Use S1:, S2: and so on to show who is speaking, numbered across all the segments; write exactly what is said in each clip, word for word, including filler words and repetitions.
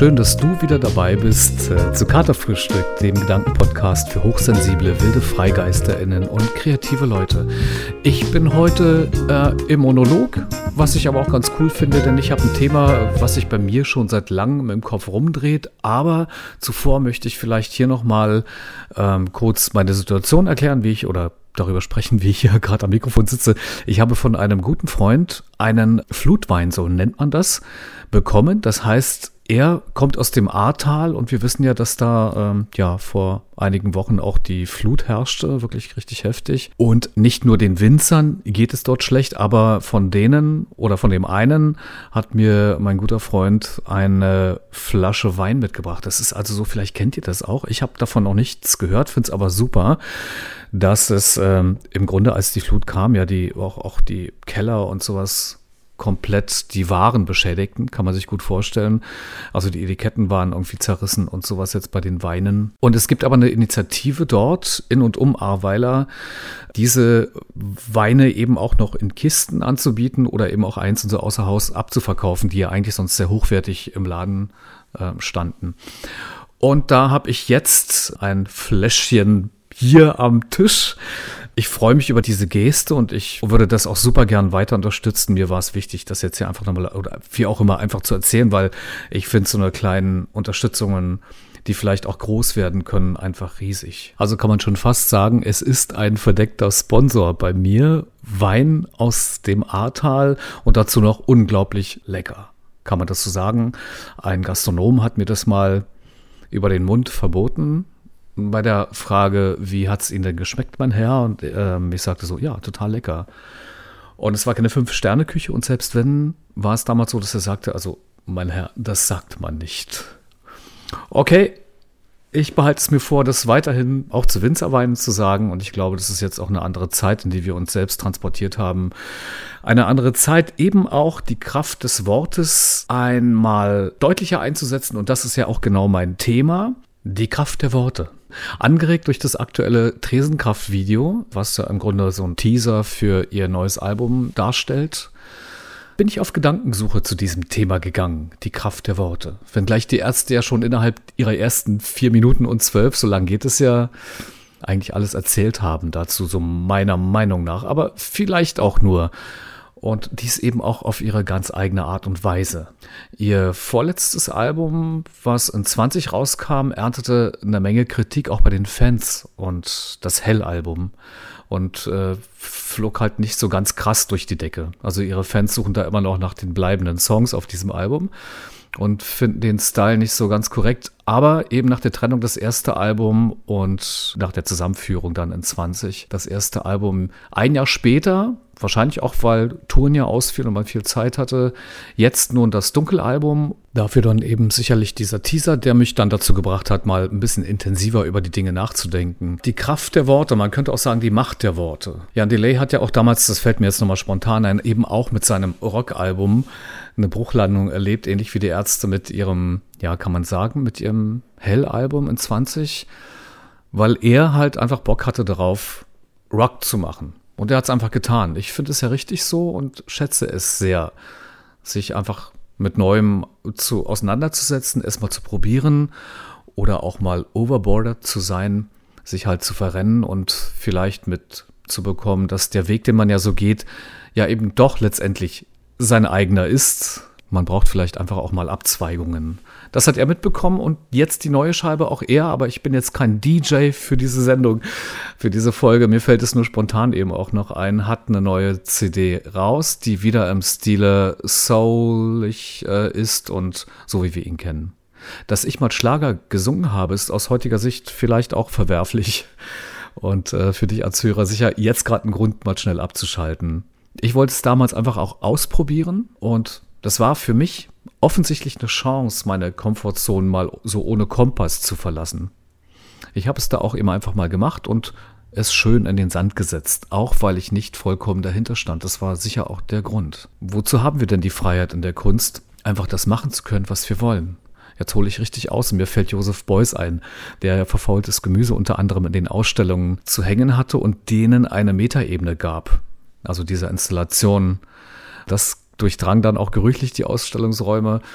S1: schön, dass du wieder dabei bist äh, zu Katerfrühstück, dem Gedankenpodcast für hochsensible, wilde FreigeisterInnen und kreative Leute. Ich bin heute äh, im Monolog, was ich aber auch ganz cool finde, denn ich habe ein Thema, was sich bei mir schon seit langem im Kopf rumdreht, aber zuvor möchte ich vielleicht hier nochmal ähm, kurz meine Situation erklären, wie ich oder darüber sprechen, wie ich hier gerade am Mikrofon sitze. Ich habe von einem guten Freund einen Flutwein, so nennt man das, bekommen. Das heißt, er kommt aus dem Ahrtal und wir wissen ja, dass da ähm, ja vor einigen Wochen auch die Flut herrschte, wirklich richtig heftig. Und nicht nur den Winzern geht es dort schlecht, aber von denen oder von dem einen hat mir mein guter Freund eine Flasche Wein mitgebracht. Das ist also so, vielleicht kennt ihr das auch. Ich habe davon noch nichts gehört, finde es aber super, dass es ähm, im Grunde, als die Flut kam, ja die auch, auch die Keller und sowas komplett die Waren beschädigten, kann man sich gut vorstellen. Also die Etiketten waren irgendwie zerrissen und sowas jetzt bei den Weinen. Und es gibt aber eine Initiative dort in und um Ahrweiler, diese Weine eben auch noch in Kisten anzubieten oder eben auch einzeln so außer Haus abzuverkaufen, die ja eigentlich sonst sehr hochwertig im Laden äh, standen. Und da habe ich jetzt ein Fläschchen hier am Tisch. Ich freue mich über diese Geste und ich würde das auch super gern weiter unterstützen. Mir war es wichtig, das jetzt hier einfach nochmal oder wie auch immer einfach zu erzählen, weil ich finde so eine kleinen Unterstützungen, die vielleicht auch groß werden können, einfach riesig. Also kann man schon fast sagen, es ist ein verdeckter Sponsor bei mir. Wein aus dem Ahrtal und dazu noch unglaublich lecker. Kann man das so sagen? Ein Gastronom hat mir das mal über den Mund verboten. Bei der Frage, wie hat es Ihnen denn geschmeckt, mein Herr? Und ähm, ich sagte so, ja, total lecker. Und es war keine Fünf-Sterne-Küche und selbst wenn, war es damals so, dass er sagte, also mein Herr, das sagt man nicht. Okay, ich behalte es mir vor, das weiterhin auch zu Winzerweinen zu sagen und ich glaube, das ist jetzt auch eine andere Zeit, in die wir uns selbst transportiert haben. Eine andere Zeit, eben auch die Kraft des Wortes einmal deutlicher einzusetzen und das ist ja auch genau mein Thema. Die Kraft der Worte. Angeregt durch das aktuelle Tresenkraft-Video, was ja im Grunde so ein Teaser für ihr neues Album darstellt, bin ich auf Gedankensuche zu diesem Thema gegangen, die Kraft der Worte. Wenngleich die Ärzte ja schon innerhalb ihrer ersten vier Minuten und zwölf, so lang geht es ja, eigentlich alles erzählt haben dazu, so meiner Meinung nach, aber vielleicht auch nur. Und dies eben auch auf ihre ganz eigene Art und Weise. Ihr vorletztes Album, was in zwanzig rauskam, erntete eine Menge Kritik auch bei den Fans und das Hell-Album und äh, flog halt nicht so ganz krass durch die Decke. Also ihre Fans suchen da immer noch nach den bleibenden Songs auf diesem Album und finden den Style nicht so ganz korrekt. Aber eben nach der Trennung das erste Album und nach der Zusammenführung dann in zwanzig das erste Album ein Jahr später, wahrscheinlich auch, weil Touren ja ausfielen und man viel Zeit hatte, jetzt nun das Dunkelalbum. Dafür dann eben sicherlich dieser Teaser, der mich dann dazu gebracht hat, mal ein bisschen intensiver über die Dinge nachzudenken. Die Kraft der Worte, man könnte auch sagen, die Macht der Worte. Jan Delay hat ja auch damals, das fällt mir jetzt nochmal spontan ein, eben auch mit seinem Rockalbum eine Bruchlandung erlebt, ähnlich wie die Ärzte mit ihrem, ja, kann man sagen, mit ihrem Hell-Album in zwanzig, weil er halt einfach Bock hatte darauf, Rock zu machen. Und er hat es einfach getan. Ich finde es ja richtig so und schätze es sehr, sich einfach mit Neuem zu, auseinanderzusetzen, erstmal zu probieren oder auch mal overboarded zu sein, sich halt zu verrennen und vielleicht mitzubekommen, dass der Weg, den man ja so geht, ja eben doch letztendlich sein eigener ist. Man braucht vielleicht einfach auch mal Abzweigungen. Das hat er mitbekommen und jetzt die neue Scheibe auch er, aber ich bin jetzt kein D J für diese Sendung, für diese Folge. Mir fällt es nur spontan eben auch noch ein, hat eine neue C D raus, die wieder im Stile soulig äh, ist und so wie wir ihn kennen. Dass ich mal Schlager gesungen habe, ist aus heutiger Sicht vielleicht auch verwerflich und äh, für dich als Hörer sicher jetzt gerade ein Grund, mal schnell abzuschalten. Ich wollte es damals einfach auch ausprobieren und das war für mich offensichtlich eine Chance, meine Komfortzone mal so ohne Kompass zu verlassen. Ich habe es da auch immer einfach mal gemacht und es schön in den Sand gesetzt, auch weil ich nicht vollkommen dahinter stand. Das war sicher auch der Grund. Wozu haben wir denn die Freiheit in der Kunst, einfach das machen zu können, was wir wollen? Jetzt hole ich richtig aus und mir fällt Joseph Beuys ein, der ja verfaultes Gemüse unter anderem in den Ausstellungen zu hängen hatte und denen eine Metaebene gab. Also diese Installation, das durchdrang dann auch gerüchlich die Ausstellungsräume.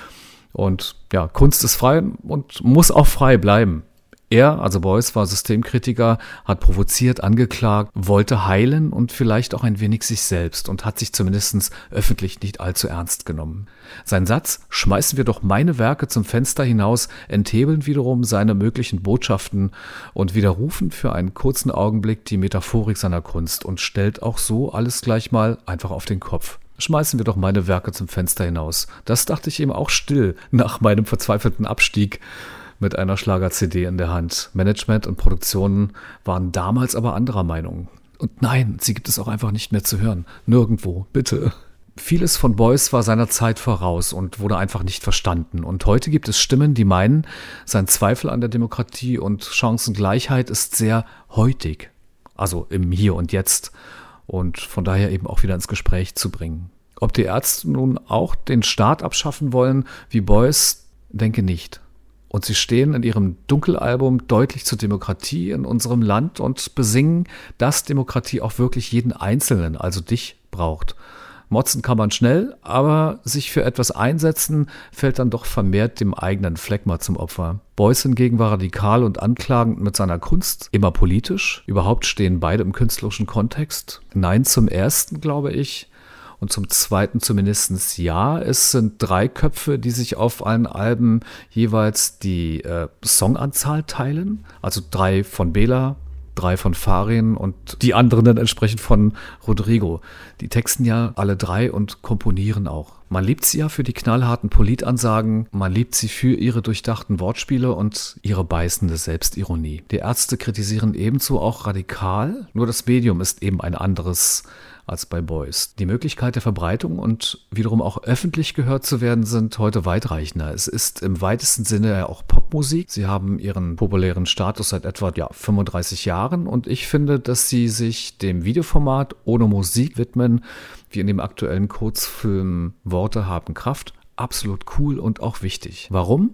S1: Und ja, Kunst ist frei und muss auch frei bleiben. Er, also Beuys, war Systemkritiker, hat provoziert, angeklagt, wollte heilen und vielleicht auch ein wenig sich selbst und hat sich zumindest öffentlich nicht allzu ernst genommen. Sein Satz, schmeißen wir doch meine Werke zum Fenster hinaus, enthebeln wiederum seine möglichen Botschaften und widerrufen für einen kurzen Augenblick die Metaphorik seiner Kunst und stellt auch so alles gleich mal einfach auf den Kopf. Schmeißen wir doch meine Werke zum Fenster hinaus. Das dachte ich eben auch still nach meinem verzweifelten Abstieg mit einer Schlager-C D in der Hand. Management und Produktionen waren damals aber anderer Meinung. Und nein, sie gibt es auch einfach nicht mehr zu hören. Nirgendwo, bitte. Vieles von Beuys war seiner Zeit voraus und wurde einfach nicht verstanden. Und heute gibt es Stimmen, die meinen, sein Zweifel an der Demokratie und Chancengleichheit ist sehr heutig. Also im Hier und Jetzt. Und von daher eben auch wieder ins Gespräch zu bringen. Ob die Ärzte nun auch den Staat abschaffen wollen, wie Beuys, denke nicht. Und sie stehen in ihrem Dunkelalbum deutlich zur Demokratie in unserem Land und besingen, dass Demokratie auch wirklich jeden Einzelnen, also dich, braucht. Motzen kann man schnell, aber sich für etwas einsetzen, fällt dann doch vermehrt dem eigenen Phlegma zum Opfer. Beuys hingegen war radikal und anklagend mit seiner Kunst, immer politisch. Überhaupt stehen beide im künstlerischen Kontext. Nein zum ersten, glaube ich. Und zum zweiten zumindest ja. Es sind drei Köpfe, die sich auf allen Alben jeweils die äh, Songanzahl teilen. Also drei von Bela, drei von Farin und die anderen dann entsprechend von Rodrigo. Die texten ja alle drei und komponieren auch. Man liebt sie ja für die knallharten Politansagen, man liebt sie für ihre durchdachten Wortspiele und ihre beißende Selbstironie. Die Ärzte kritisieren ebenso auch radikal, nur das Medium ist eben ein anderes als bei Beuys. Die Möglichkeit der Verbreitung und wiederum auch öffentlich gehört zu werden sind heute weitreichender. Es ist im weitesten Sinne ja auch Popmusik. Sie haben ihren populären Status seit etwa ja, fünfunddreißig Jahren und ich finde, dass sie sich dem Videoformat ohne Musik widmen, wie in dem aktuellen Kurzfilm Worte haben Kraft. Absolut cool und auch wichtig. Warum?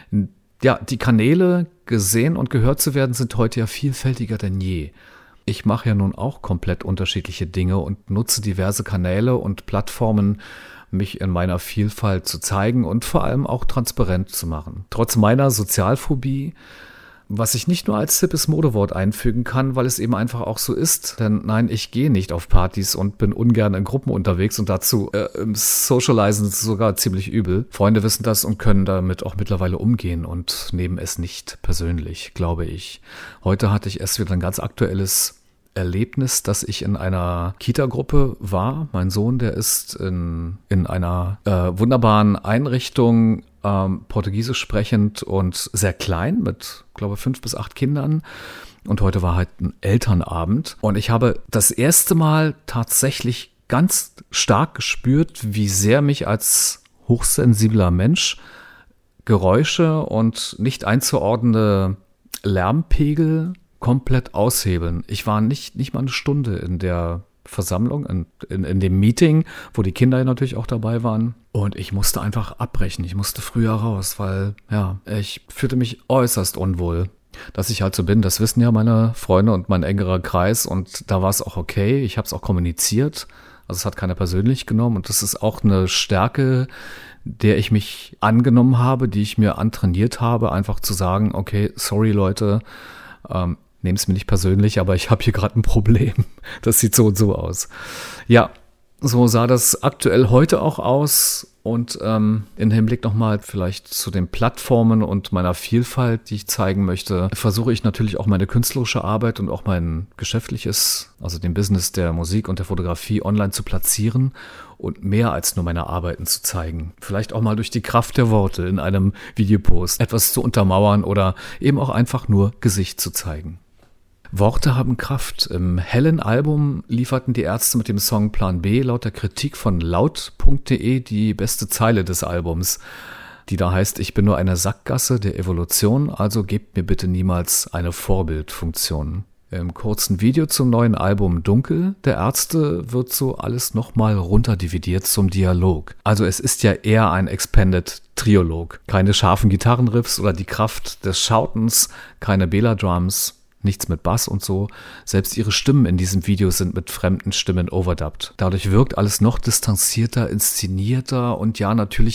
S1: Ja, die Kanäle, gesehen und gehört zu werden, sind heute ja vielfältiger denn je. Ich mache ja nun auch komplett unterschiedliche Dinge und nutze diverse Kanäle und Plattformen, mich in meiner Vielfalt zu zeigen und vor allem auch transparent zu machen. Trotz meiner Sozialphobie, was ich nicht nur als hippes Modewort einfügen kann, weil es eben einfach auch so ist. Denn nein, ich gehe nicht auf Partys und bin ungern in Gruppen unterwegs und dazu äh, im Socializen sogar ziemlich übel. Freunde wissen das und können damit auch mittlerweile umgehen und nehmen es nicht persönlich, glaube ich. Heute hatte ich erst wieder ein ganz aktuelles Erlebnis, dass ich in einer Kita-Gruppe war. Mein Sohn, der ist in, in einer äh, wunderbaren Einrichtung, ähm, Portugiesisch sprechend und sehr klein mit, glaube ich, fünf bis acht Kindern. Und heute war halt ein Elternabend. Und ich habe das erste Mal tatsächlich ganz stark gespürt, wie sehr mich als hochsensibler Mensch Geräusche und nicht einzuordnende Lärmpegel komplett aushebeln. Ich war nicht, nicht mal eine Stunde in der Versammlung, in, in, in dem Meeting, wo die Kinder natürlich auch dabei waren. Und ich musste einfach abbrechen. Ich musste früher raus, weil, ja, ich fühlte mich äußerst unwohl. Dass ich halt so bin, das wissen ja meine Freunde und mein engerer Kreis. Und da war es auch okay. Ich habe es auch kommuniziert. Also es hat keiner persönlich genommen. Und das ist auch eine Stärke, der ich mich angenommen habe, die ich mir antrainiert habe, einfach zu sagen, okay, sorry Leute, ähm, nehmt es mir nicht persönlich, aber ich habe hier gerade ein Problem. Das sieht so und so aus. Ja, so sah das aktuell heute auch aus. Und ähm, im Hinblick nochmal vielleicht zu den Plattformen und meiner Vielfalt, die ich zeigen möchte, versuche ich natürlich auch meine künstlerische Arbeit und auch mein geschäftliches, also den Business der Musik und der Fotografie online zu platzieren und mehr als nur meine Arbeiten zu zeigen. Vielleicht auch mal durch die Kraft der Worte in einem Videopost etwas zu untermauern oder eben auch einfach nur Gesicht zu zeigen. Worte haben Kraft. Im hellen Album lieferten die Ärzte mit dem Song Plan B laut der Kritik von laut punkt de die beste Zeile des Albums, die da heißt, ich bin nur eine Sackgasse der Evolution, also gebt mir bitte niemals eine Vorbildfunktion. Im kurzen Video zum neuen Album Dunkel der Ärzte wird so alles nochmal runterdividiert zum Dialog. Also es ist ja eher ein Expanded Triolog. Keine scharfen Gitarrenriffs oder die Kraft des Schautens, keine Bela-Drums, nichts mit Bass und so. Selbst ihre Stimmen in diesem Video sind mit fremden Stimmen overdubbt. Dadurch wirkt alles noch distanzierter, inszenierter und ja, natürlich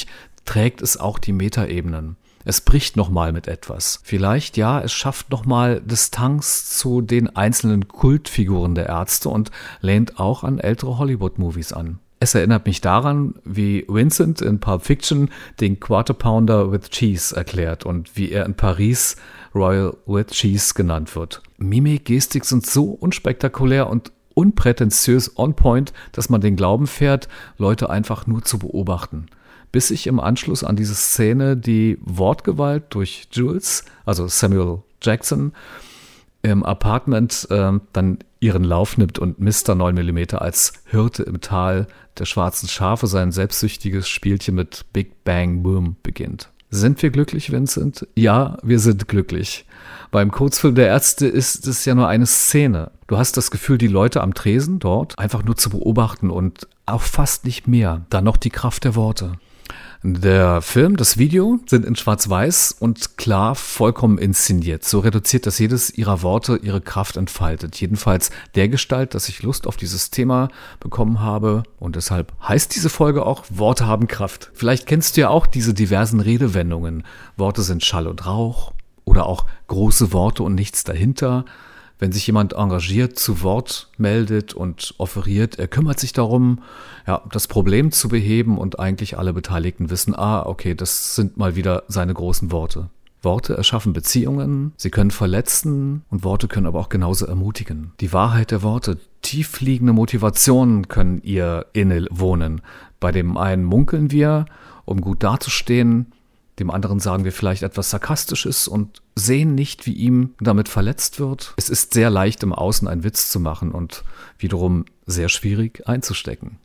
S1: trägt es auch die Metaebenen. Es bricht nochmal mit etwas. Vielleicht, ja, es schafft nochmal Distanz zu den einzelnen Kultfiguren der Ärzte und lehnt auch an ältere Hollywood-Movies an. Es erinnert mich daran, wie Vincent in Pulp Fiction den Quarter Pounder with Cheese erklärt und wie er in Paris Royal with Cheese genannt wird. Mimik, Gestik sind so unspektakulär und unprätentiös on point, dass man den Glauben fährt, Leute einfach nur zu beobachten. Bis sich im Anschluss an diese Szene die Wortgewalt durch Jules, also Samuel Jackson, im Apartment äh, dann ihren Lauf nimmt und Mister neun Millimeter als Hirte im Tal der schwarzen Schafe sein selbstsüchtiges Spielchen mit Big Bang Boom beginnt. Sind wir glücklich, Vincent? Ja, wir sind glücklich. Beim Kurzfilm der Ärzte ist es ja nur eine Szene. Du hast das Gefühl, die Leute am Tresen dort einfach nur zu beobachten und auch fast nicht mehr. Dann noch die Kraft der Worte. Der Film, das Video sind in Schwarz-Weiß und klar vollkommen inszeniert. So reduziert, dass jedes ihrer Worte ihre Kraft entfaltet. Jedenfalls dergestalt, dass ich Lust auf dieses Thema bekommen habe. Und deshalb heißt diese Folge auch Worte haben Kraft. Vielleicht kennst du ja auch diese diversen Redewendungen. Worte sind Schall und Rauch oder auch große Worte und nichts dahinter. Wenn sich jemand engagiert, zu Wort meldet und offeriert, er kümmert sich darum, ja, das Problem zu beheben und eigentlich alle Beteiligten wissen, ah, okay, das sind mal wieder seine großen Worte. Worte erschaffen Beziehungen, sie können verletzen und Worte können aber auch genauso ermutigen. Die Wahrheit der Worte, tiefliegende Motivationen können ihr inne wohnen. Bei dem einen munkeln wir, um gut dazustehen, dem anderen sagen wir vielleicht etwas Sarkastisches und sehen nicht, wie ihm damit verletzt wird. Es ist sehr leicht, im Außen einen Witz zu machen und wiederum sehr schwierig einzustecken.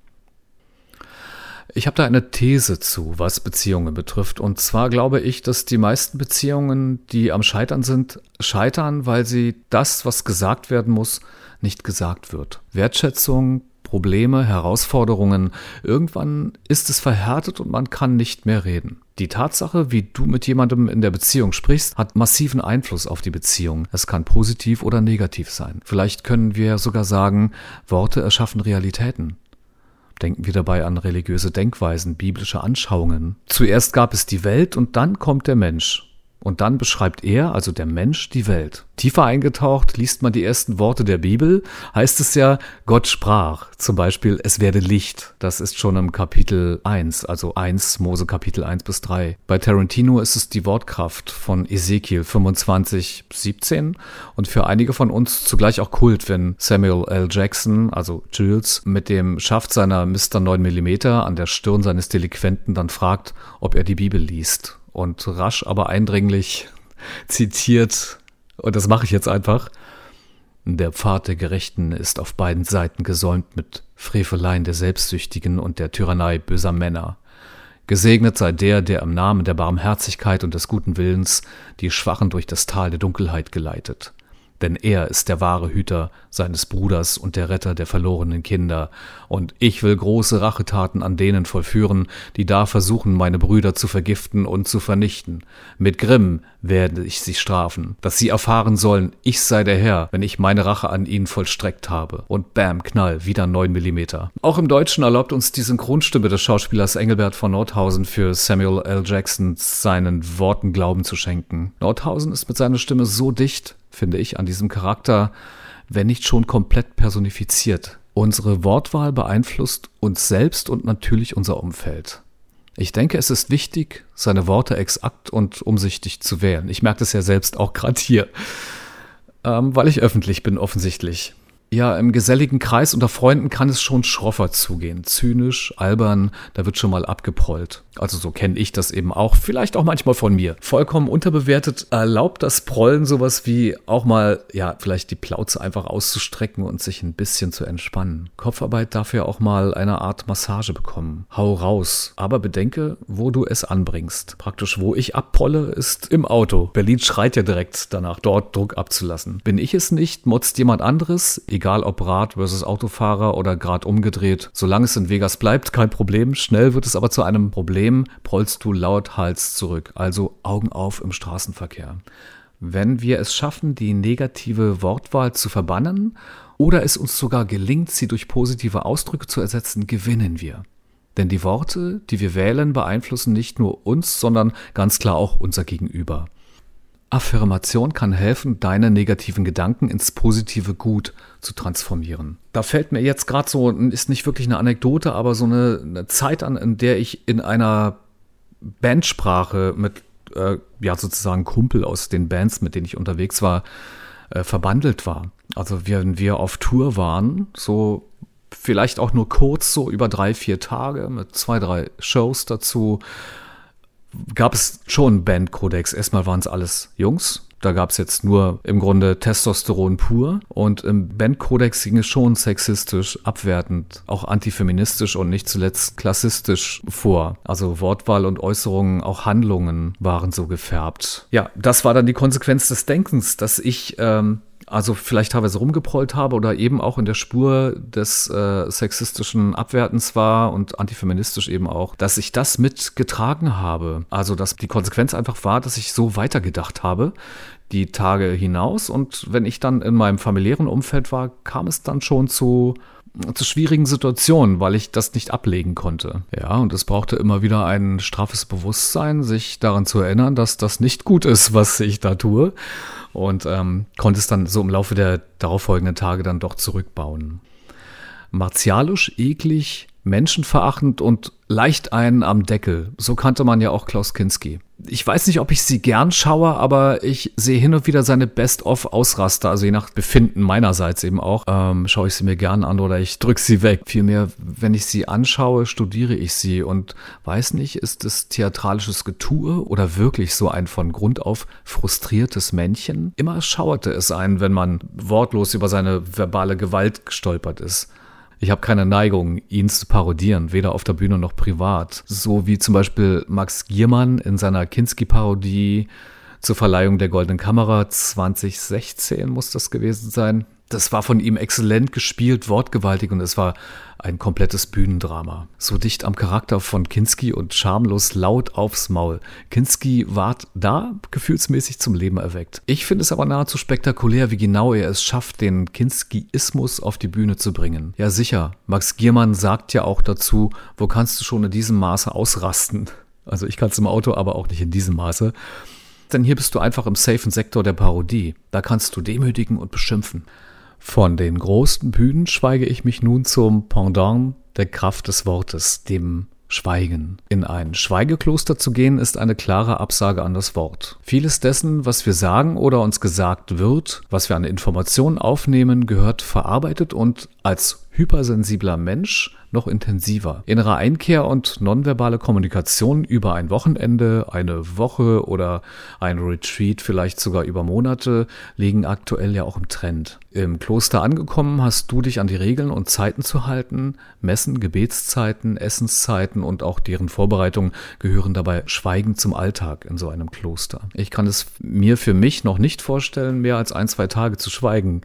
S1: Ich habe da eine These zu, was Beziehungen betrifft. Und zwar glaube ich, dass die meisten Beziehungen, die am Scheitern sind, scheitern, weil sie das, was gesagt werden muss, nicht gesagt wird. Wertschätzung, Probleme, Herausforderungen, irgendwann ist es verhärtet und man kann nicht mehr reden. Die Tatsache, wie du mit jemandem in der Beziehung sprichst, hat massiven Einfluss auf die Beziehung. Es kann positiv oder negativ sein. Vielleicht können wir sogar sagen, Worte erschaffen Realitäten. Denken wir dabei an religiöse Denkweisen, biblische Anschauungen. Zuerst gab es die Welt und dann kommt der Mensch. Und dann beschreibt er, also der Mensch, die Welt. Tiefer eingetaucht liest man die ersten Worte der Bibel, heißt es ja, Gott sprach. Zum Beispiel, es werde Licht. Das ist schon im Kapitel eins, also eins Mose Kapitel eins bis drei. Bei Tarantino ist es die Wortkraft von Ezekiel fünfundzwanzig siebzehn und für einige von uns zugleich auch Kult, wenn Samuel L. Jackson, also Jules, mit dem Schaft seiner Mister neun Millimeter an der Stirn seines Delinquenten dann fragt, ob er die Bibel liest. Und rasch, aber eindringlich zitiert, und das mache ich jetzt einfach, der Pfad der Gerechten ist auf beiden Seiten gesäumt mit Freveleien der Selbstsüchtigen und der Tyrannei böser Männer. Gesegnet sei der, der im Namen der Barmherzigkeit und des guten Willens die Schwachen durch das Tal der Dunkelheit geleitet. Denn er ist der wahre Hüter seines Bruders und der Retter der verlorenen Kinder. Und ich will große Rachetaten an denen vollführen, die da versuchen, meine Brüder zu vergiften und zu vernichten. Mit Grimm werde ich sie strafen, dass sie erfahren sollen, ich sei der Herr, wenn ich meine Rache an ihnen vollstreckt habe. Und bam, Knall, wieder neun Millimeter. Auch im Deutschen erlaubt uns die Synchronstimme des Schauspielers Engelbert von Nordhausen für Samuel L. Jackson seinen Worten Glauben zu schenken. Nordhausen ist mit seiner Stimme so dicht, finde ich, an diesem Charakter, wenn nicht schon komplett personifiziert. Unsere Wortwahl beeinflusst uns selbst und natürlich unser Umfeld. Ich denke, es ist wichtig, seine Worte exakt und umsichtig zu wählen. Ich merke das ja selbst auch gerade hier, ähm, weil ich öffentlich bin, offensichtlich. Ja, im geselligen Kreis unter Freunden kann es schon schroffer zugehen. Zynisch, albern, da wird schon mal abgeprollt. Also so kenne ich das eben auch, vielleicht auch manchmal von mir. Vollkommen unterbewertet erlaubt das Prollen sowas wie auch mal, ja, vielleicht die Plauze einfach auszustrecken und sich ein bisschen zu entspannen. Kopfarbeit darf ja auch mal eine Art Massage bekommen. Hau raus, aber bedenke, wo du es anbringst. Praktisch, wo ich abprolle, ist im Auto. Berlin schreit ja direkt danach, dort Druck abzulassen. Bin ich es nicht, motzt jemand anderes, egal ob Rad versus Autofahrer oder grad umgedreht. Solange es in Vegas bleibt, kein Problem. Schnell wird es aber zu einem Problem, prollst du lauthals zurück. Also Augen auf im Straßenverkehr. Wenn wir es schaffen, die negative Wortwahl zu verbannen oder es uns sogar gelingt, sie durch positive Ausdrücke zu ersetzen, gewinnen wir. Denn die Worte, die wir wählen, beeinflussen nicht nur uns, sondern ganz klar auch unser Gegenüber. Affirmation kann helfen, deine negativen Gedanken ins positive Gut zu transformieren. Da fällt mir jetzt gerade so, ist nicht wirklich eine Anekdote, aber so eine, eine Zeit an, in der ich in einer Bandsprache mit äh, ja sozusagen Kumpel aus den Bands, mit denen ich unterwegs war, äh, verbandelt war. Also wenn wir auf Tour waren, so vielleicht auch nur kurz, so über drei, vier Tage mit zwei, drei Shows dazu, gab es schon einen Bandkodex. Erstmal waren es alles Jungs. Da gab es jetzt nur im Grunde Testosteron pur. Und im Bandkodex ging es schon sexistisch, abwertend, auch antifeministisch und nicht zuletzt klassistisch vor. Also Wortwahl und Äußerungen, auch Handlungen waren so gefärbt. Ja, das war dann die Konsequenz des Denkens, dass ich ähm, also vielleicht teilweise rumgeprollt habe oder eben auch in der Spur des äh, sexistischen Abwertens war und antifeministisch eben auch, dass ich das mitgetragen habe. Also dass die Konsequenz einfach war, dass ich so weitergedacht habe, die Tage hinaus. Und wenn ich dann in meinem familiären Umfeld war, kam es dann schon zu, zu schwierigen Situationen, weil ich das nicht ablegen konnte. Ja, und es brauchte immer wieder ein straffes Bewusstsein, sich daran zu erinnern, dass das nicht gut ist, was ich da tue. Und ähm, konnte es dann so im Laufe der darauffolgenden Tage dann doch zurückbauen. Martialisch, eklig, menschenverachtend und leicht einen am Deckel. So kannte man ja auch Klaus Kinski. Ich weiß nicht, ob ich sie gern schaue, aber ich sehe hin und wieder seine Best-of-Ausraster, also je nach Befinden meinerseits eben auch, ähm, schaue ich sie mir gern an oder ich drücke sie weg. Vielmehr, wenn ich sie anschaue, studiere ich sie und weiß nicht, ist es theatralisches Getue oder wirklich so ein von Grund auf frustriertes Männchen? Immer schauerte es einen, wenn man wortlos über seine verbale Gewalt gestolpert ist. Ich habe keine Neigung, ihn zu parodieren, weder auf der Bühne noch privat. So wie zum Beispiel Max Giermann in seiner Kinski-Parodie zur Verleihung der Goldenen Kamera zwanzig sechzehn muss das gewesen sein. Das war von ihm exzellent gespielt, wortgewaltig und es war ein komplettes Bühnendrama. So dicht am Charakter von Kinski und schamlos laut aufs Maul. Kinski ward da gefühlsmäßig zum Leben erweckt. Ich finde es aber nahezu spektakulär, wie genau er es schafft, den Kinskiismus auf die Bühne zu bringen. Ja sicher, Max Giermann sagt ja auch dazu, wo kannst du schon in diesem Maße ausrasten? Also ich kann es im Auto, aber auch nicht in diesem Maße. Denn hier bist du einfach im safen Sektor der Parodie. Da kannst du demütigen und beschimpfen. Von den großen Bühnen schweige ich mich nun zum Pendant der Kraft des Wortes, dem Schweigen. In ein Schweigekloster zu gehen, ist eine klare Absage an das Wort. Vieles dessen, was wir sagen oder uns gesagt wird, was wir an Informationen aufnehmen, gehört verarbeitet und als hypersensibler Mensch noch intensiver. Innere Einkehr und nonverbale Kommunikation über ein Wochenende, eine Woche oder ein Retreat, vielleicht sogar über Monate, liegen aktuell ja auch im Trend. Im Kloster angekommen, hast du dich an die Regeln und Zeiten zu halten. Messen, Gebetszeiten, Essenszeiten und auch deren Vorbereitung gehören dabei schweigend zum Alltag in so einem Kloster. Ich kann es mir für mich noch nicht vorstellen, mehr als ein, zwei Tage zu schweigen.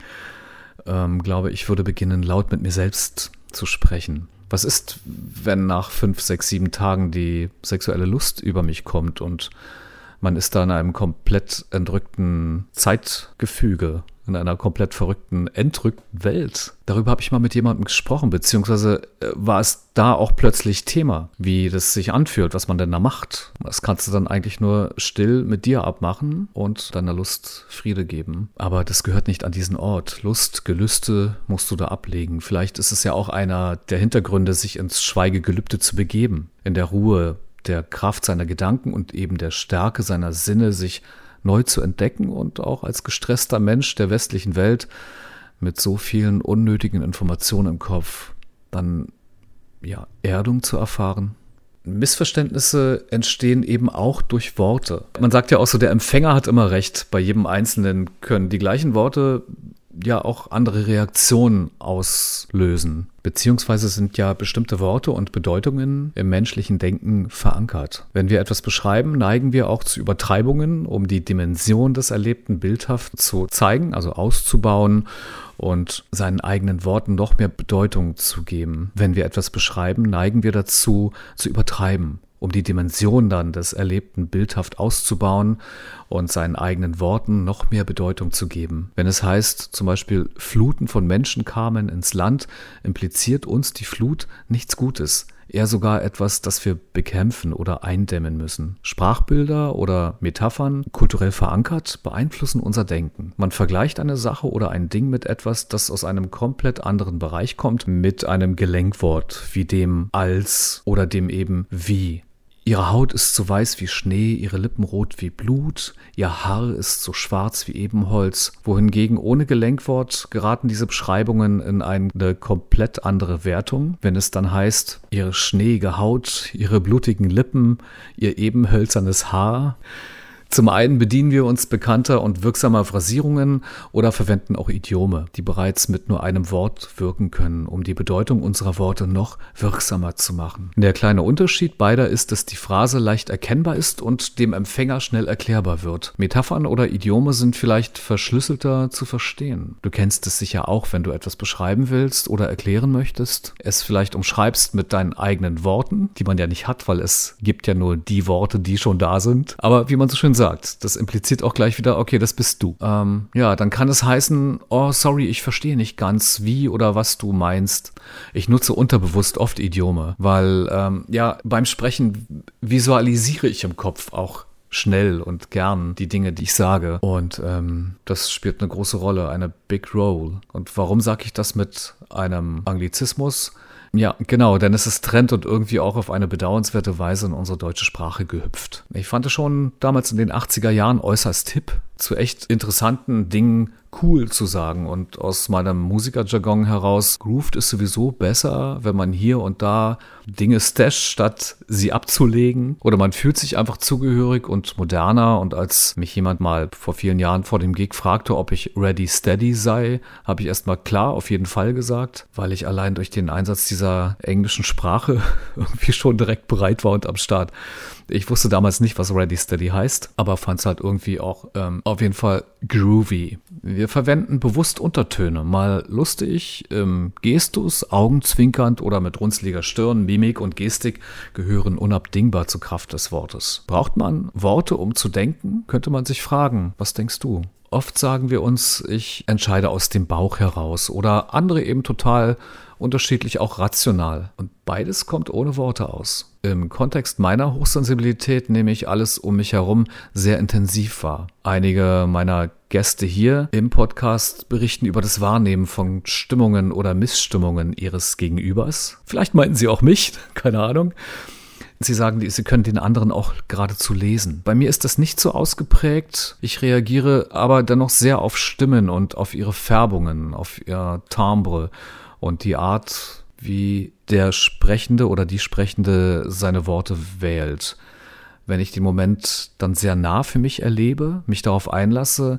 S1: Ähm, glaube, ich würde beginnen, laut mit mir selbst zu sprechen. Was ist, wenn nach fünf, sechs, sieben Tagen die sexuelle Lust über mich kommt und man ist da in einem komplett entrückten Zeitgefüge, in einer komplett verrückten, entrückten Welt? Darüber habe ich mal mit jemandem gesprochen, beziehungsweise war es da auch plötzlich Thema, wie das sich anfühlt, was man denn da macht. Das kannst du dann eigentlich nur still mit dir abmachen und deiner Lust Friede geben. Aber das gehört nicht an diesen Ort. Lust, Gelüste musst du da ablegen. Vielleicht ist es ja auch einer der Hintergründe, sich ins Schweigegelübde zu begeben. In der Ruhe, der Kraft seiner Gedanken und eben der Stärke seiner Sinne, sich neu zu entdecken und auch als gestresster Mensch der westlichen Welt mit so vielen unnötigen Informationen im Kopf dann ja Erdung zu erfahren. Missverständnisse entstehen eben auch durch Worte. Man sagt ja auch so, der Empfänger hat immer recht. Bei jedem Einzelnen können die gleichen Worte ja auch andere Reaktionen auslösen. Beziehungsweise sind ja bestimmte Worte und Bedeutungen im menschlichen Denken verankert. Wenn wir etwas beschreiben, neigen wir auch zu Übertreibungen, um die Dimension des Erlebten bildhaft zu zeigen, also auszubauen und seinen eigenen Worten noch mehr Bedeutung zu geben. Wenn wir etwas beschreiben, neigen wir dazu, zu übertreiben, um die Dimension dann des Erlebten bildhaft auszubauen und seinen eigenen Worten noch mehr Bedeutung zu geben. Wenn es heißt, zum Beispiel Fluten von Menschen kamen ins Land, impliziert uns die Flut nichts Gutes. eher sogar etwas, das wir bekämpfen oder eindämmen müssen. Sprachbilder oder Metaphern, kulturell verankert, beeinflussen unser Denken. Man vergleicht eine Sache oder ein Ding mit etwas, das aus einem komplett anderen Bereich kommt, mit einem Gelenkwort wie dem als oder dem eben wie. Ihre Haut ist so weiß wie Schnee, ihre Lippen rot wie Blut, ihr Haar ist so schwarz wie Ebenholz, wohingegen ohne Gelenkwort geraten diese Beschreibungen in eine komplett andere Wertung, wenn es dann heißt, ihre schneeige Haut, ihre blutigen Lippen, ihr ebenhölzernes Haar. Zum einen bedienen wir uns bekannter und wirksamer Phrasierungen oder verwenden auch Idiome, die bereits mit nur einem Wort wirken können, um die Bedeutung unserer Worte noch wirksamer zu machen. Der kleine Unterschied beider ist, dass die Phrase leicht erkennbar ist und dem Empfänger schnell erklärbar wird. Metaphern oder Idiome sind vielleicht verschlüsselter zu verstehen. Du kennst es sicher auch, wenn du etwas beschreiben willst oder erklären möchtest, es vielleicht umschreibst mit deinen eigenen Worten, die man ja nicht hat, weil es gibt ja nur die Worte, die schon da sind. Aber wie man so schön sagt, das impliziert auch gleich wieder, okay, das bist du. Ähm, ja, dann kann es heißen, oh, sorry, ich verstehe nicht ganz, wie oder was du meinst. Ich nutze unterbewusst oft Idiome, weil, ähm, ja, beim Sprechen visualisiere ich im Kopf auch schnell und gern die Dinge, die ich sage. Und ähm, das spielt eine große Rolle, eine Big Role. Und warum sage ich das mit einem Anglizismus? Ja, genau, denn es ist Trend und irgendwie auch auf eine bedauernswerte Weise in unsere deutsche Sprache gehüpft. Ich fand es schon damals in den achtziger Jahren äußerst hip, zu echt interessanten Dingen cool zu sagen. Und aus meinem Musikerjargon heraus, grooved ist sowieso besser, wenn man hier und da Dinge stasht, statt sie abzulegen. Oder man fühlt sich einfach zugehörig und moderner. Und als mich jemand mal vor vielen Jahren vor dem Gig fragte, ob ich ready steady sei, habe ich erstmal klar auf jeden Fall gesagt, weil ich allein durch den Einsatz dieser englischen Sprache irgendwie schon direkt bereit war und am Start. Ich wusste damals nicht, was Ready Steady heißt, aber fand es halt irgendwie auch ähm, auf jeden Fall groovy. Wir verwenden bewusst Untertöne, mal lustig, ähm, Gestus, augenzwinkernd oder mit runzliger Stirn. Mimik und Gestik gehören unabdingbar zur Kraft des Wortes. Braucht man Worte, um zu denken? Könnte man sich fragen, was denkst du? Oft sagen wir uns, ich entscheide aus dem Bauch heraus oder andere eben total unterschiedlich, auch rational. Und beides kommt ohne Worte aus. Im Kontext meiner Hochsensibilität nehme ich alles um mich herum sehr intensiv wahr. Einige meiner Gäste hier im Podcast berichten über das Wahrnehmen von Stimmungen oder Missstimmungen ihres Gegenübers. Vielleicht meinten sie auch mich, keine Ahnung. Sie sagen, sie können den anderen auch geradezu lesen. Bei mir ist das nicht so ausgeprägt. Ich reagiere aber dennoch sehr auf Stimmen und auf ihre Färbungen, auf ihr Timbre und die Art, wie der Sprechende oder die Sprechende seine Worte wählt. Wenn ich den Moment dann sehr nah für mich erlebe, mich darauf einlasse,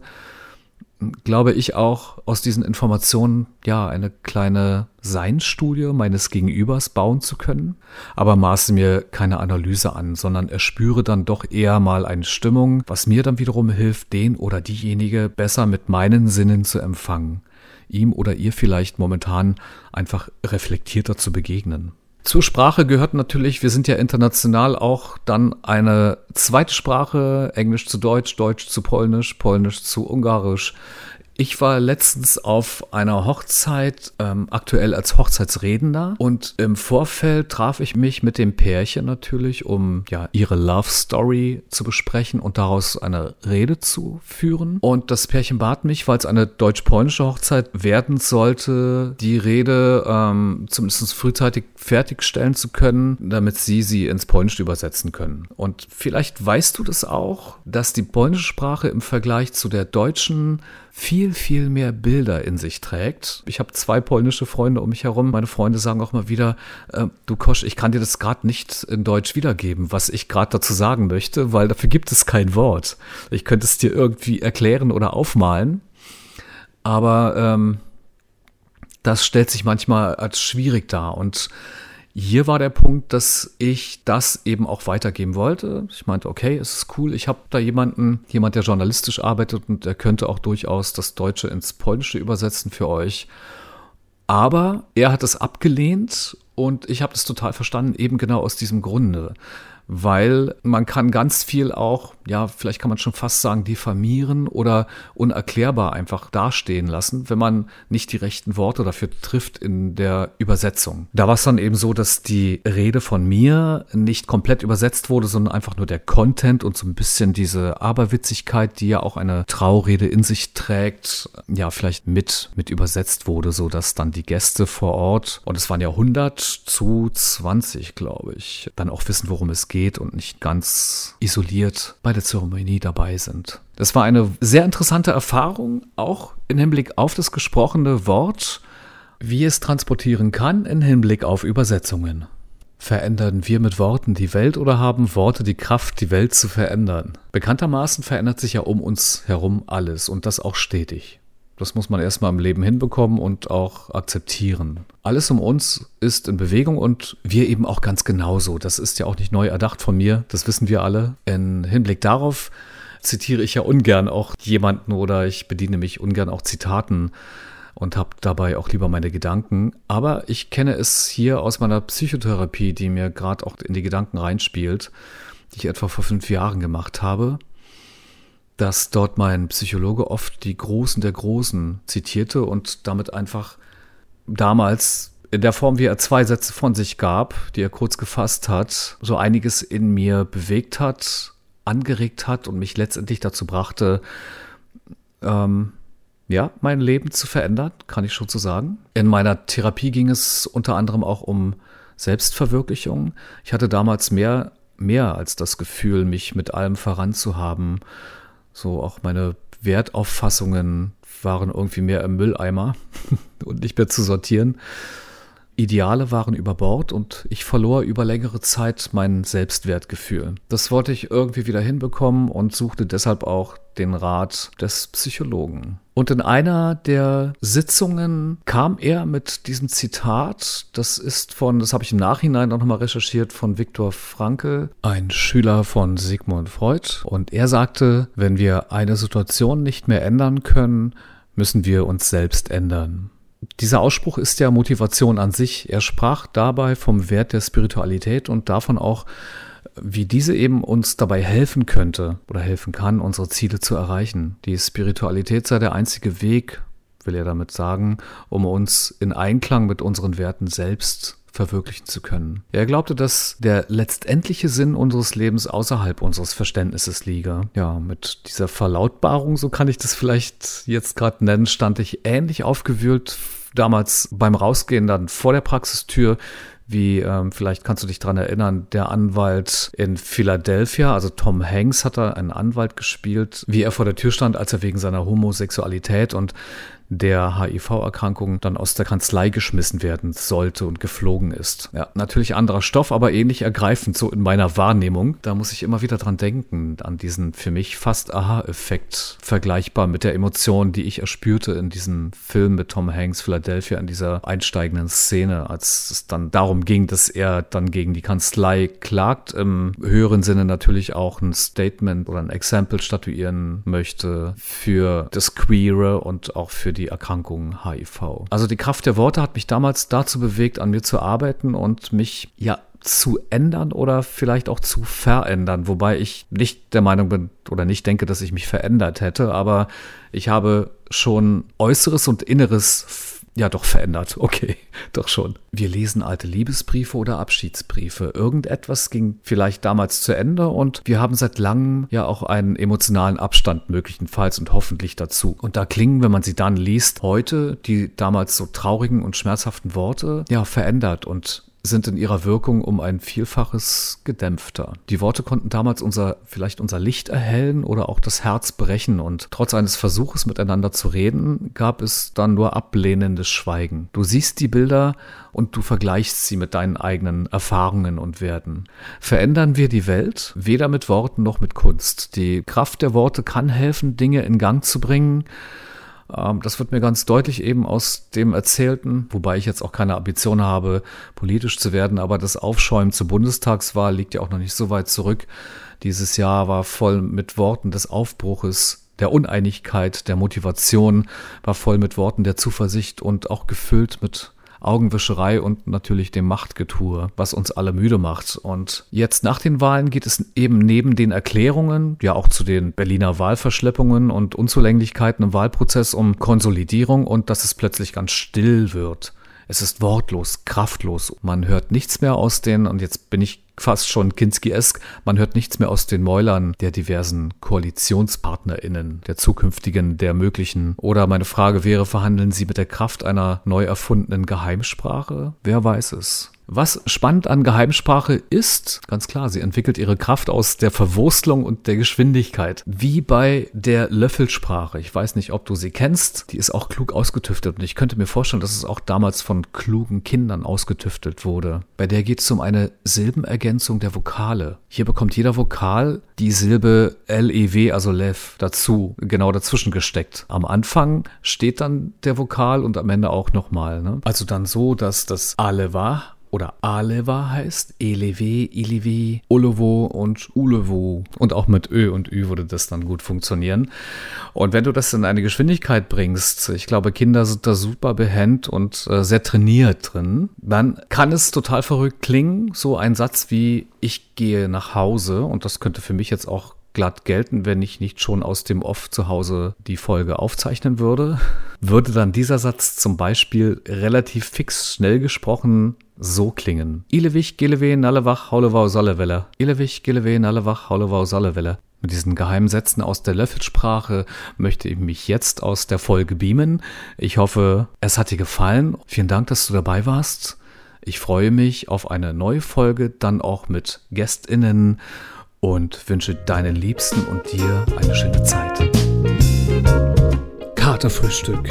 S1: glaube ich auch aus diesen Informationen ja eine kleine Seinsstudie meines Gegenübers bauen zu können, aber maße mir keine Analyse an, sondern erspüre dann doch eher mal eine Stimmung, was mir dann wiederum hilft, den oder diejenige besser mit meinen Sinnen zu empfangen, ihm oder ihr vielleicht momentan einfach reflektierter zu begegnen. Zur Sprache gehört natürlich, wir sind ja international, auch dann eine zweite Sprache, Englisch zu Deutsch, Deutsch zu Polnisch, Polnisch zu Ungarisch. Ich war letztens auf einer Hochzeit, ähm, aktuell als Hochzeitsredender, und im Vorfeld traf ich mich mit dem Pärchen natürlich, um ja ihre Love Story zu besprechen und daraus eine Rede zu führen. Und das Pärchen bat mich, weil es eine deutsch-polnische Hochzeit werden sollte, die Rede ähm, zumindest frühzeitig fertigstellen zu können, damit sie sie ins Polnische übersetzen können. Und vielleicht weißt du das auch, dass die polnische Sprache im Vergleich zu der deutschen viel, viel mehr Bilder in sich trägt. Ich habe zwei polnische Freunde um mich herum. Meine Freunde sagen auch mal wieder, äh, du Kosch, ich kann dir das gerade nicht in Deutsch wiedergeben, was ich gerade dazu sagen möchte, weil dafür gibt es kein Wort. Ich könnte es dir irgendwie erklären oder aufmalen, aber ähm, das stellt sich manchmal als schwierig dar. Und hier war der Punkt, dass ich das eben auch weitergeben wollte. Ich meinte, okay, es ist cool, ich habe da jemanden, jemand, der journalistisch arbeitet und der könnte auch durchaus das Deutsche ins Polnische übersetzen für euch. Aber er hat es abgelehnt und ich habe das total verstanden, eben genau aus diesem Grunde. Weil man kann ganz viel auch ja, vielleicht kann man schon fast sagen, diffamieren oder unerklärbar einfach dastehen lassen, wenn man nicht die rechten Worte dafür trifft in der Übersetzung. Da war es dann eben so, dass die Rede von mir nicht komplett übersetzt wurde, sondern einfach nur der Content und so ein bisschen diese Aberwitzigkeit, die ja auch eine Traurede in sich trägt, ja, vielleicht mit, mit übersetzt wurde, so dass dann die Gäste vor Ort, und es waren ja hundert zu zwanzig, glaube ich, dann auch wissen, worum es geht und nicht ganz isoliert bei der Zeremonie dabei sind. Das war eine sehr interessante Erfahrung, auch im Hinblick auf das gesprochene Wort, wie es transportieren kann im Hinblick auf Übersetzungen. Verändern wir mit Worten die Welt oder haben Worte die Kraft, die Welt zu verändern? Bekanntermaßen verändert sich ja um uns herum alles und das auch stetig. Das muss man erstmal im Leben hinbekommen und auch akzeptieren. Alles um uns ist in Bewegung und wir eben auch ganz genauso. Das ist ja auch nicht neu erdacht von mir, das wissen wir alle. Im Hinblick darauf zitiere ich ja ungern auch jemanden oder ich bediene mich ungern auch Zitaten und habe dabei auch lieber meine Gedanken. Aber ich kenne es hier aus meiner Psychotherapie, die mir gerade auch in die Gedanken reinspielt, die ich etwa vor fünf Jahren gemacht habe, dass dort mein Psychologe oft die Großen der Großen zitierte und damit einfach damals in der Form, wie er zwei Sätze von sich gab, die er kurz gefasst hat, so einiges in mir bewegt hat, angeregt hat und mich letztendlich dazu brachte, ähm, ja, mein Leben zu verändern, kann ich schon so sagen. In meiner Therapie ging es unter anderem auch um Selbstverwirklichung. Ich hatte damals mehr, mehr als das Gefühl, mich mit allem voranzuhaben. So auch meine Wertauffassungen waren irgendwie mehr im Mülleimer und nicht mehr zu sortieren. Ideale waren über Bord und ich verlor über längere Zeit mein Selbstwertgefühl. Das wollte ich irgendwie wieder hinbekommen und suchte deshalb auch den Rat des Psychologen. Und in einer der Sitzungen kam er mit diesem Zitat, das ist von, das habe ich im Nachhinein auch nochmal recherchiert, von Viktor Frankl, ein Schüler von Sigmund Freud. Und er sagte, wenn wir eine Situation nicht mehr ändern können, müssen wir uns selbst ändern. Dieser Ausspruch ist ja Motivation an sich. Er sprach dabei vom Wert der Spiritualität und davon auch, wie diese eben uns dabei helfen könnte oder helfen kann, unsere Ziele zu erreichen. Die Spiritualität sei der einzige Weg, will er damit sagen, um uns in Einklang mit unseren Werten selbst verwirklichen zu können. Er glaubte, dass der letztendliche Sinn unseres Lebens außerhalb unseres Verständnisses liege. Ja, mit dieser Verlautbarung, so kann ich das vielleicht jetzt gerade nennen, stand ich ähnlich aufgewühlt damals beim Rausgehen dann vor der Praxistür, wie, ähm, vielleicht kannst du dich dran erinnern, der Anwalt in Philadelphia, also Tom Hanks hat da einen Anwalt gespielt, wie er vor der Tür stand, als er wegen seiner Homosexualität und der H I V-Erkrankung dann aus der Kanzlei geschmissen werden sollte und geflogen ist. Ja, natürlich anderer Stoff, aber ähnlich ergreifend, so in meiner Wahrnehmung. Da muss ich immer wieder dran denken, an diesen für mich fast Aha-Effekt, vergleichbar mit der Emotion, die ich erspürte in diesem Film mit Tom Hanks, Philadelphia, in dieser einsteigenden Szene, als es dann darum ging, dass er dann gegen die Kanzlei klagt, im höheren Sinne natürlich auch ein Statement oder ein Exempel statuieren möchte für das Queere und auch für die Erkrankung H I V. Also die Kraft der Worte hat mich damals dazu bewegt, an mir zu arbeiten und mich ja zu ändern oder vielleicht auch zu verändern, wobei ich nicht der Meinung bin oder nicht denke, dass ich mich verändert hätte, aber ich habe schon Äußeres und Inneres ja doch verändert. Okay, doch schon. Wir lesen alte Liebesbriefe oder Abschiedsbriefe. Irgendetwas ging vielleicht damals zu Ende und wir haben seit langem ja auch einen emotionalen Abstand möglicherweise und hoffentlich dazu. Und da klingen, wenn man sie dann liest, heute die damals so traurigen und schmerzhaften Worte ja verändert und sind in ihrer Wirkung um ein Vielfaches gedämpfter. Die Worte konnten damals unser, vielleicht unser Licht erhellen oder auch das Herz brechen und trotz eines Versuches miteinander zu reden, gab es dann nur ablehnendes Schweigen. Du siehst die Bilder und du vergleichst sie mit deinen eigenen Erfahrungen und Werten. Verändern wir die Welt? Weder mit Worten noch mit Kunst. Die Kraft der Worte kann helfen, Dinge in Gang zu bringen. Das wird mir ganz deutlich eben aus dem Erzählten, wobei ich jetzt auch keine Ambition habe, politisch zu werden, aber das Aufschäumen zur Bundestagswahl liegt ja auch noch nicht so weit zurück. Dieses Jahr war voll mit Worten des Aufbruches, der Uneinigkeit, der Motivation, war voll mit Worten der Zuversicht und auch gefüllt mit Augenwischerei und natürlich dem Machtgetue, was uns alle müde macht. Und jetzt nach den Wahlen geht es eben neben den Erklärungen, ja auch zu den Berliner Wahlverschleppungen und Unzulänglichkeiten im Wahlprozess um Konsolidierung und dass es plötzlich ganz still wird. Es ist wortlos, kraftlos. Man hört nichts mehr aus den, und jetzt bin ich fast schon Kinski-esk, man hört nichts mehr aus den Mäulern der diversen KoalitionspartnerInnen, der zukünftigen, der möglichen. Oder meine Frage wäre, verhandeln Sie mit der Kraft einer neu erfundenen Geheimsprache? Wer weiß es? Was spannend an Geheimsprache ist, ganz klar, sie entwickelt ihre Kraft aus der Verwurstelung und der Geschwindigkeit. Wie bei der Löffelsprache. Ich weiß nicht, ob du sie kennst. Die ist auch klug ausgetüftelt. Und ich könnte mir vorstellen, dass es auch damals von klugen Kindern ausgetüftelt wurde. Bei der geht es um eine Silbenergänzung der Vokale. Hier bekommt jeder Vokal die Silbe L E W, also Lev, dazu, genau dazwischen gesteckt. Am Anfang steht dann der Vokal und am Ende auch nochmal. Ne? Also dann so, dass das Aleva oder Aleva heißt, Elewe, Iliwe, Ulewo und Ulewo. Und auch mit Ö und Ü würde das dann gut funktionieren. Und wenn du das in eine Geschwindigkeit bringst, ich glaube, Kinder sind da super behend und äh, sehr trainiert drin, dann kann es total verrückt klingen. So ein Satz wie, ich gehe nach Hause, und das könnte für mich jetzt auch glatt gelten, wenn ich nicht schon aus dem Off zu Hause die Folge aufzeichnen würde, würde dann dieser Satz zum Beispiel relativ fix schnell gesprochen so klingen. Ilewich, Gelewe, Nallewach, Haulewau, Sollewelle. Ilewich, Gelewe, Nallewach, Haulewau, Sollewelle. Mit diesen geheimen Sätzen aus der Löffelsprache möchte ich mich jetzt aus der Folge beamen. Ich hoffe, es hat dir gefallen. Vielen Dank, dass du dabei warst. Ich freue mich auf eine neue Folge, dann auch mit GästInnen, und wünsche deinen Liebsten und dir eine schöne Zeit. Katerfrühstück.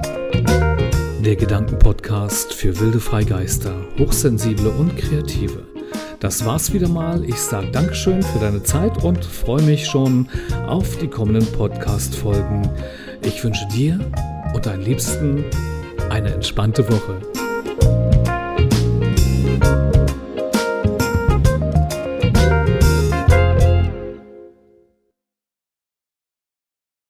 S1: Der Gedankenpodcast für wilde Freigeister, Hochsensible und Kreative. Das war's wieder mal. Ich sage Dankeschön für deine Zeit und freue mich schon auf die kommenden Podcast-Folgen. Ich wünsche dir und deinen Liebsten eine entspannte Woche.